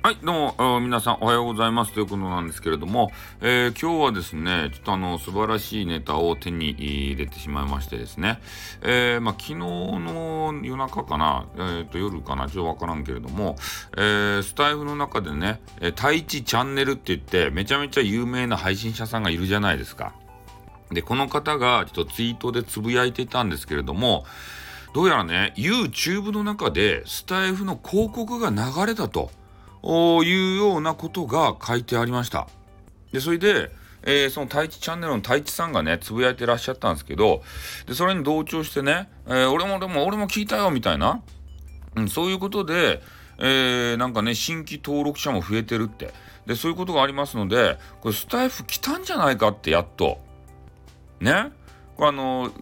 はい、どうも、皆さんおはようございますということなんですけれども、今日はですね、ちょっと素晴らしいネタを手に入れてしまいましてですね、昨日の夜中かな、夜かな、ちょっとわからんけれども、スタイフの中でね、太一チャンネルって言って、めちゃめちゃ有名な配信者さんがいるじゃないですか。で、この方がちょっとツイートでつぶやいていたんですけれども、どうやらね、YouTube の中でスタイフの広告が流れたと。いうようなことが書いてありました。で、それで、その太一チャンネルの太一さんがね、つぶやいてらっしゃったんですけど、で、それに同調してね、俺も聞いたよ、みたいな、そういうことで、なんかね、新規登録者も増えてるって。で、そういうことがありますので、これスタイフ来たんじゃないかって、やっと。ね。これ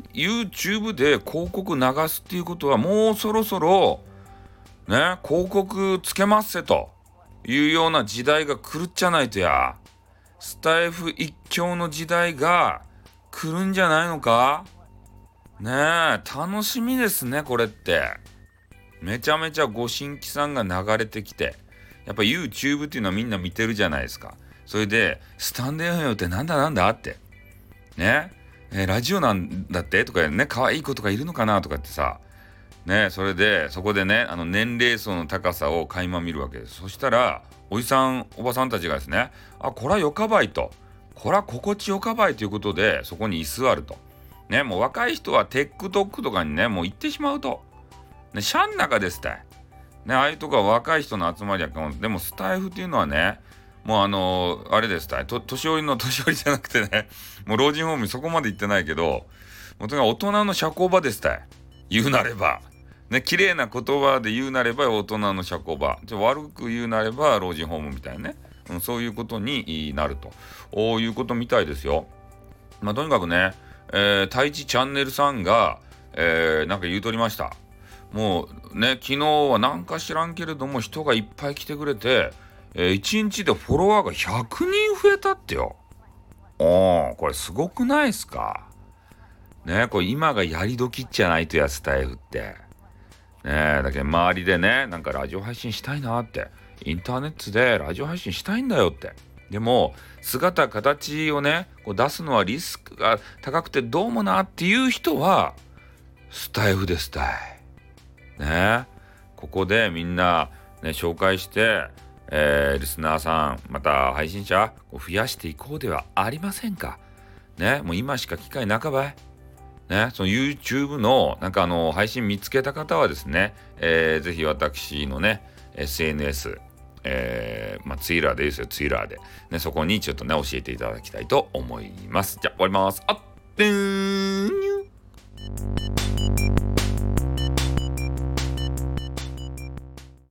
YouTube で広告流すっていうことは、もうそろそろ、ね、広告つけますせと。いうような時代が来るっちゃないとや。スタイフ一強の時代が来るんじゃないのか。ねえ、楽しみですね、これって。めちゃめちゃご新規さんが流れてきて。やっぱ YouTube っていうのはみんな見てるじゃないですか。それで、スタンド FM ってなんだって。ね、ラジオなんだってとかね、可愛い子とかいるのかなとかってさ。ね、それでそこでね、年齢層の高さを垣間見るわけです。そしたらおじさんおばさんたちがですね、こらよかばいと、こら心地よかばいということで、そこに居座るとね。もう若い人は TikTok とかにね、もう行ってしまうとね、シャン中ですたいね。ああいうとこは若い人の集まりやから。でもスタイフっていうのはね、もうあれですたい、年寄りの年寄りじゃなくてね、もう老人ホームにそこまで行ってないけど、もうとにかく大人の社交場ですたい、言うなればね。綺麗な言葉で言うなれば大人の社交場、悪く言うなれば老人ホームみたいなね、そういうことになるということみたいですよ。とにかくね、太一チャンネルさんが、なんか言うとりました。もうね、昨日はなんか知らんけれども人がいっぱい来てくれて、1日でフォロワーが100人増えたってよ。これすごくないですかね。これ今がやり時じゃないとや、スタイフって。ねえ、だけど周りでね、なんかラジオ配信したいなって、インターネットでラジオ配信したいんだよって。でも、姿形をね、こう出すのはリスクが高くてどうもなっていう人は、スタイフでスタイ。ねえ、ここでみんな、ね、紹介して、リスナーさん、また配信者、増やしていこうではありませんか。ね、もう今しか機会なかばい。ね、その YouTube のなんか配信見つけた方はですね、ぜひ私のね SNS、ツイラーでいいですよ、ツイラーで、ね、そこにちょっとね教えていただきたいと思います。じゃあ終わります。あってーん。